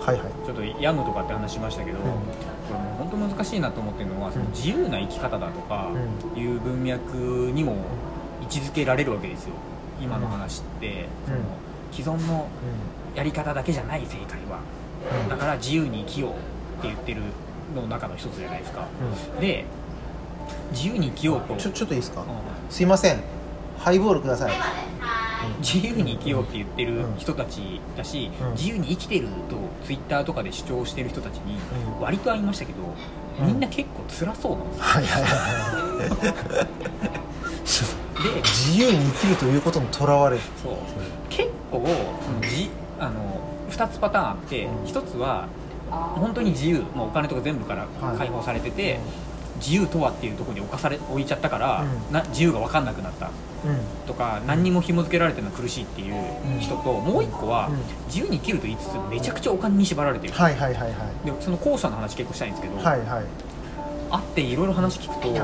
はいはい、 ちょっとヤングとかって話しましたけど、これも本当難しいなと思ってるのは、その自由な生き方だとかいう文脈にも位置づけられるわけですよ今の話って。その既存のやり方だけじゃない正解は、だから自由に生きようって言ってるの中の一つじゃないですか。で自由に生きようとちょっといいですか、すいません、ハイボールください。 自由に生きようって言ってる人たちだし、自由に生きてるとツイッターとかで主張してる人たちに割と会いましたけど、みんな結構辛そうなんですよ。 はいはいはいで自由に生きるということにとらわれる。 そう結構2つパターンあって、1つは本当に自由、もうお金とか全部から解放されてて、自由とはっていうところに置いちゃったから、自由が分かんなくなったとか、何にも紐付けられてるの苦しいっていう人と、もう一個は自由に生きると言いつつめちゃくちゃお金に縛られてる、でその後者の話結構したいんですけど、会っていろいろ話聞くと、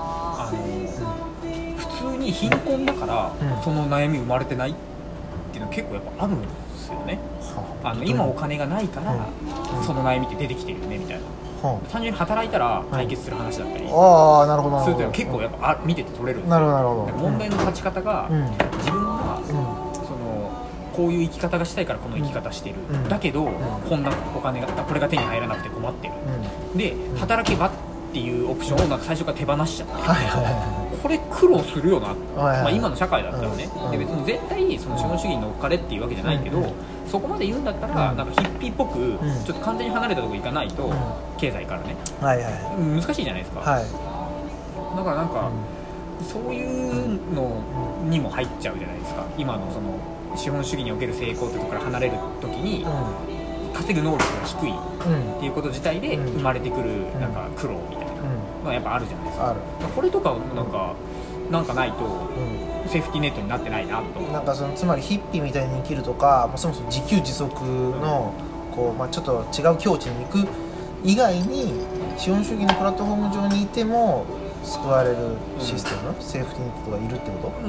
普通に貧困だから、その悩み生まれてないっていうの結構やっぱあるんですよね。今お金がないから、その悩みって出てきてるよねみたいな。単純に働いたら解決する話だったりするというの結構やっぱ見てて取れるんですよ。問題の立ち方が、自分はこういう生き方がしたいからこの生き方してる、だけどこんなお金がこれが手に入らなくて困ってる、で働けばっていうオプションをなんか最初から手放しちゃって、これ苦労するよな、今の社会だったらね。で別に絶対その資本主義に乗っかれっていうわけじゃないけど、そこまで言うんだったら、なんかヒッピーっぽくちょっと完全に離れたとこ行かないと、経済からね、難しいじゃないですか。だからなんか、そういうのにも入っちゃうじゃないですか。今のその資本主義における成功ってところから離れる時に、稼ぐ能力が低いっていうこと自体で生まれてくるなんか苦労みたいなのはやっぱあるじゃないですか。これとかなんかないとセーフティーネットになってないなと。 なんかつまりヒッピーみたいに生きるとか、そもそも自給自足のちょっと違う境地に行く以外に、資本主義のプラットフォーム上にいても救われるシステム、セーフティーネットがいるってこと？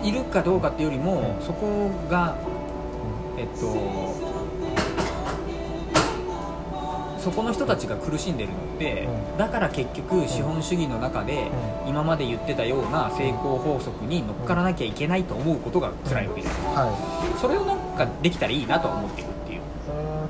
いるかどうかっていうよりも、そこがそこの人たちが苦しんでるのって、だから結局資本主義の中で今まで言ってたような成功法則に乗っからなきゃいけないと思うことが辛いわけじゃないですか。それをなんかできたらいいなと思ってるっていう。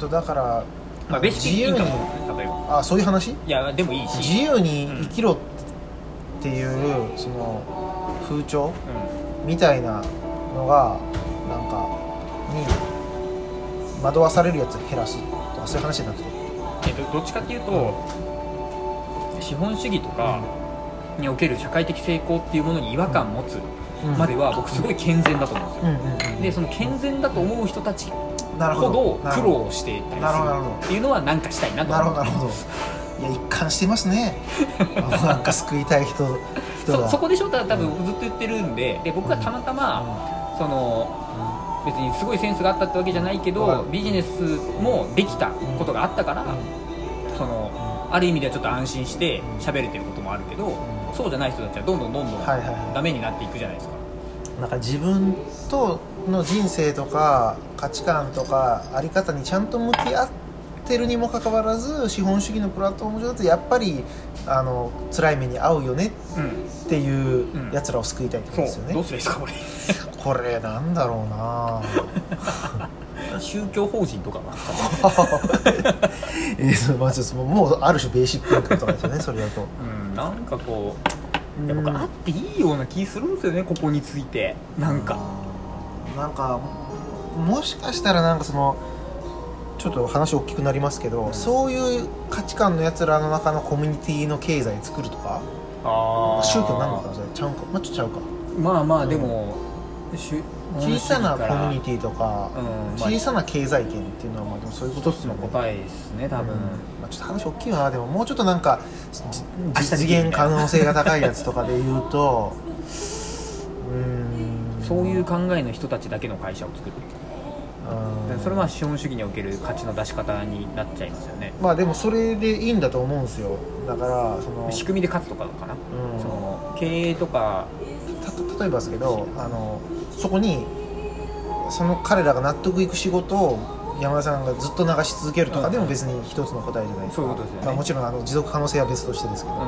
だからベーシックインカムですね、例えば。 そういう話？いやでもいいし、 自由に生きろっていうその風潮みたいなのがなんかに惑わされるやつを減らすとか、そういう話になってる。 どっちかっていうと、資本主義とかにおける社会的成功っていうものに違和感を持つまでは僕すごい健全だと思うんですよ。でその健全だと思う人たちほど苦労していたりするっていうのは何かしたいなと思う。 なるほど。いや一貫してますねなんか救いたい人がそこでしょ。多分ずっと言ってるんで、僕はたまたまその別にすごいセンスがあったってわけじゃないけど、ビジネスもできたことがあったから、そのある意味ではちょっと安心して喋れてることもあるけど、そうじゃない人たちはどんどんダメになっていくじゃないですか。 なんか自分との人生とか価値観とかあり方にちゃんと向き合ってるにもかかわらず、資本主義のプラットフォーム上だとやっぱり辛い目に遭うよねっていうやつらを救いたいってことですよね。 どうすればいいですかこれなんだろうな宗教法人とかはもうある種ベーシックインカムとかですよねそれだと。 なんか僕あっていいような気するんですよね、ここについて。なんかもしかしたらなんかちょっと話大きくなりますけど、そういう価値観のやつらの中のコミュニティの経済作るとか、宗教なのかな、それちゃうか、ちょっとちゃうか。 でも小さなコミュニティとか、小さな経済圏っていうのはでもそういうことですよね。 一つの答えですね、多分。 ちょっと話大きいな。でももうちょっとなんか実現可能性が高いやつとかで言うとそういう考えの人たちだけの会社を作る。それは資本主義における価値の出し方になっちゃいますよね。 でもそれでいいんだと思うんですよ。だから仕組みで勝つとかかな、その経営とか。 例えばですけど、そこにその彼らが納得いく仕事を山田さんがずっと流し続けるとかでも別に一つの答えじゃないですか。 そういうことですよね。 まあ、もちろん持続可能性は別としてですけど、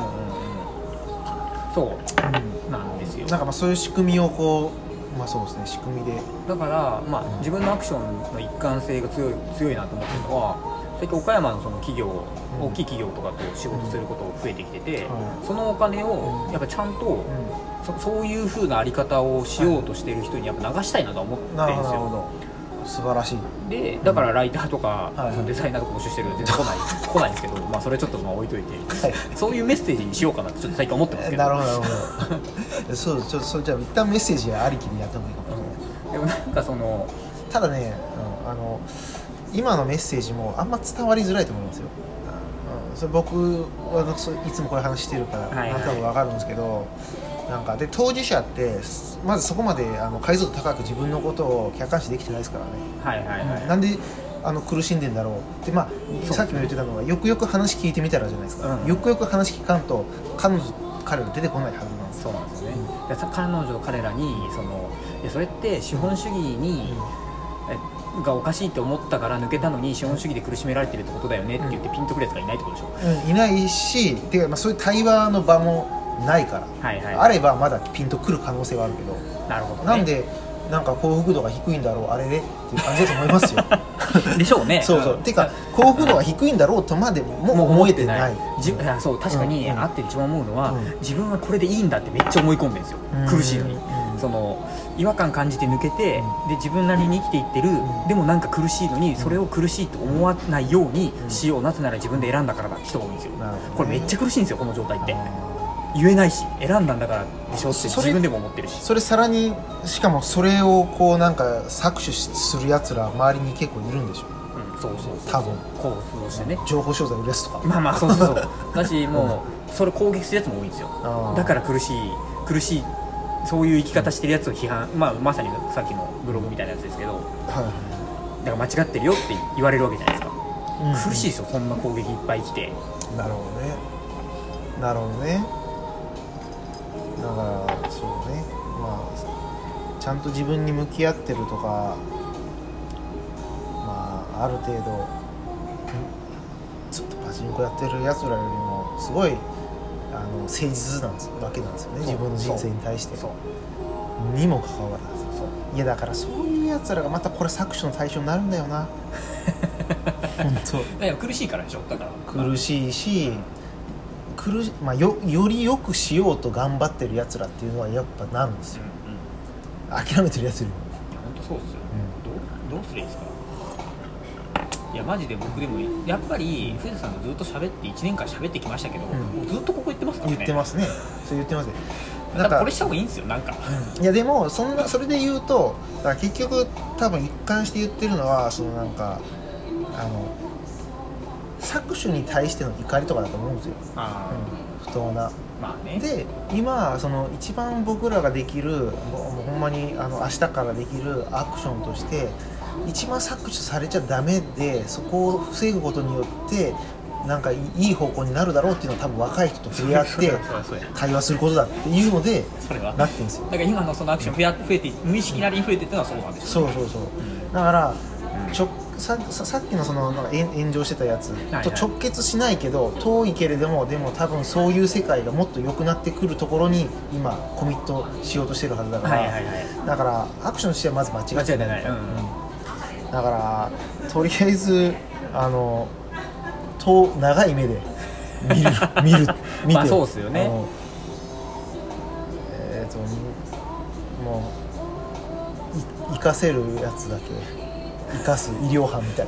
そうなんですよ。 なんかまあそういう仕組みをこう、まあそうですね、仕組みでだから、まあ、自分のアクションの一貫性が強いなと思ってるのは、最近岡山のその企業、大きい企業とかと仕事すること増えてきてて、そのお金をやっぱちゃんと、そういう風なあり方をしようとしている人にやっぱ流したいなとは思ってるんですよ。 素晴らしい。 でだからライターとか、そのデザイナーとか募集してるの全然来ないんですけど、まあそれちょっとまあ置いといて、そういうメッセージにしようかなってちょっと最近思ってますけど。 なるほどなるほどそうちょっとそれじゃあ一旦メッセージありきでやった方がいいかもしれない。 でもなんかそのただね、今のメッセージもあんま伝わりづらいと思いますよ。それ僕はいつもこういう話してるからなんとなく分かるんですけど、なんかで当事者ってまずそこまで解像度高く自分のことを客観視できてないですからね。なんで苦しんでんだろうって、まあ、さっきも言ってたのがよくよく話聞いてみたらじゃないですか、よくよく話聞かんと彼ら出てこないはずなんですよ。 そうなんですよね。彼らにそれって資本主義に、がおかしいって思ったから抜けたのに資本主義で苦しめられてるってことだよねって言ってピンとくるやつがいないってことでしょ。 いないし、てかまあそういう対話の場もないから、あればまだピンとくる可能性はあるけど、 なるほど、ね、 なんでなんか幸福度が低いんだろうあれでっていう感じだと思いますよでしょうね。 そうそう、てか幸福度が低いんだろうとまでも思えてない。 そう確かにあって一番思うのは、自分はこれでいいんだってめっちゃ思い込んでるんですよ、苦しいのに。違和感感じて抜けて、で自分なりに生きていってる、でもなんか苦しいのにそれを苦しいと思わないようにしよう、なぜなら自分で選んだからだって人が多いんですよ。これめっちゃ苦しいんですよこの状態って。言えないし選んだんだからでしょって自分でも思ってるし、 それさらにしかもそれをこうなんか搾取するやつら周りに結構いるんでしょ。 そう多分こうしてね、 情報商材売るやつとか、 まあそうだし、もうそれ攻撃するやつも多いんですよ。だから苦しいそういう生き方してるやつを批判、まさにさっきのブログみたいなやつですけど、だから間違ってるよって言われるわけじゃないですか。苦しいですよそんな攻撃いっぱい来て。 なるほどね。だからそうね、まあちゃんと自分に向き合ってるとか、まあある程度ずっとパチンコやってるやつらよりもすごい誠実なんですわけなんですよね、自分の人生に対してにもかかわらず。いやだからそういうやつらがまたこれ搾取の対象になるんだよな本当。 いや苦しいからでしょ。だから苦しいし、より良くしようと頑張ってるやつらっていうのはやっぱなるんですよ、諦めてるやつよりも。 いや本当そうですよ、どうすればいいですか。いやマジで僕でもやっぱり藤田さんがずっと喋って1年間喋ってきましたけど、もうずっとここ言ってますからね。 言ってますね、そう言ってますね。 だからこれした方がいいんですよなんか、 いやでもそれで言うとだから結局多分一貫して言ってるのはなんか搾取に対しての怒りとかだと思うんですよ。不当な。で今一番僕らができるもうほんまに明日からできるアクションとして一番搾取されちゃダメでそこを防ぐことによってなんかいい方向になるだろうっていうのは多分若い人と触れ合って会話することだっていうのでなってるんですよ。 だから今のそのアクション増えて無意識なりに増えていってのはそうなんですよね。 そう、だからさっきのなんか炎上してたやつと直結しないけど遠いけれどもでも多分そういう世界がもっと良くなってくるところに今コミットしようとしてるはずだから、だからアクションとしてはまず間違ってない、だからとりあえず長い目で見てまあそうですよね。 もう生かせるやつだけ生かす医療班みたい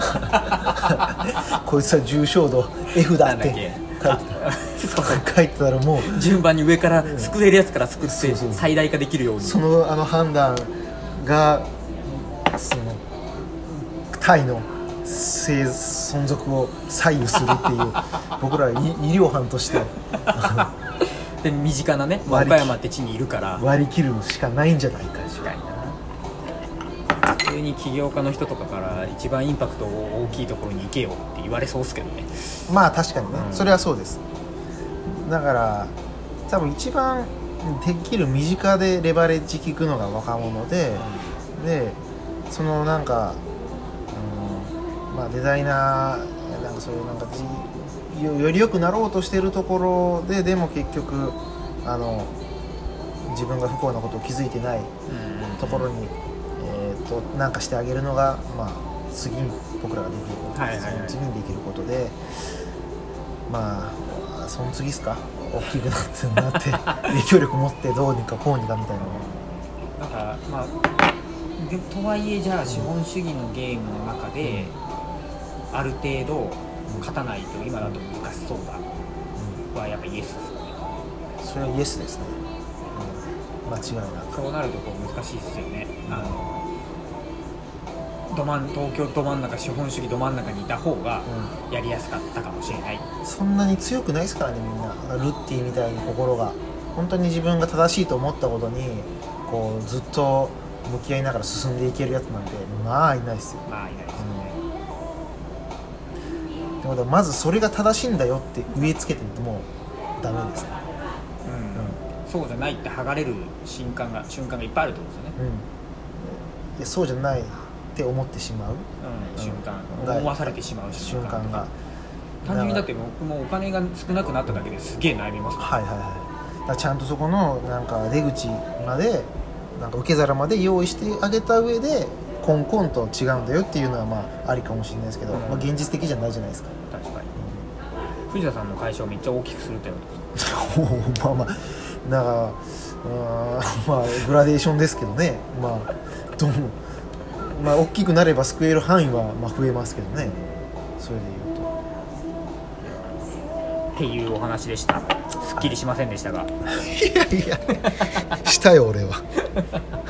なこいつは重症度 F だって書いてたらもう順番に上から救えるやつから救って最大化できるように、 その判断がタイの存続を左右するっていう僕らは医療班としてで身近なね岡山って地にいるから割り切るしかないんじゃないか。 確かにな。普通に起業家の人とかから一番インパクト大きいところに行けよって言われそうですけどね。まあ確かにね、それはそうです。だから多分一番できる身近でレバレッジ効くのが若者で、でなんかまあ、デザイナーなんかそういうなんかより良くなろうとしてるところででも結局自分が不幸なことを気づいてないところに、なんかしてあげるのが、まあ、次に僕らができること、その次にできることで、まあその次ですか、大きくなって影響力持ってどうにかこうにかみたいな。 だからまあとはいえじゃあ資本主義のゲームの中で、ある程度勝たないと今だと難しそうだ、はやっぱイエスですよね。 それはイエスですね、間違いなく。 そうなるとこう難しいですよね。東京ど真ん中、資本主義ど真ん中にいた方がやりやすかったかもしれない、 そんなに強くないですからね、みんな。ルッティみたいに心が本当に自分が正しいと思ったことにこうずっと向き合いながら進んでいけるやつなんてまあいないですよ。 まあいないですよね、 ってことはまずそれが正しいんだよって植え付けてみてもダメですね。 そうじゃないって剥がれる瞬間がいっぱいあるってことですよね。 いやそうじゃないって思ってしまう、 瞬間、思わされてしまう瞬間が単純にだって僕もお金が少なくなっただけですげえ悩みますから、だからちゃんとそこのなんか出口までなんか受け皿まで用意してあげた上でコンコンと違うんだよっていうのはまあありかもしれないですけど、まあ、現実的じゃないじゃないですか。 確かに、藤田さんの会社をめっちゃ大きくするってことまあだからまあグラデーションですけどね、まあ大きくなれば救える範囲はまあ増えますけどね、それでいうとっていうお話でした。すっきりしませんでしたがいやしたよ俺は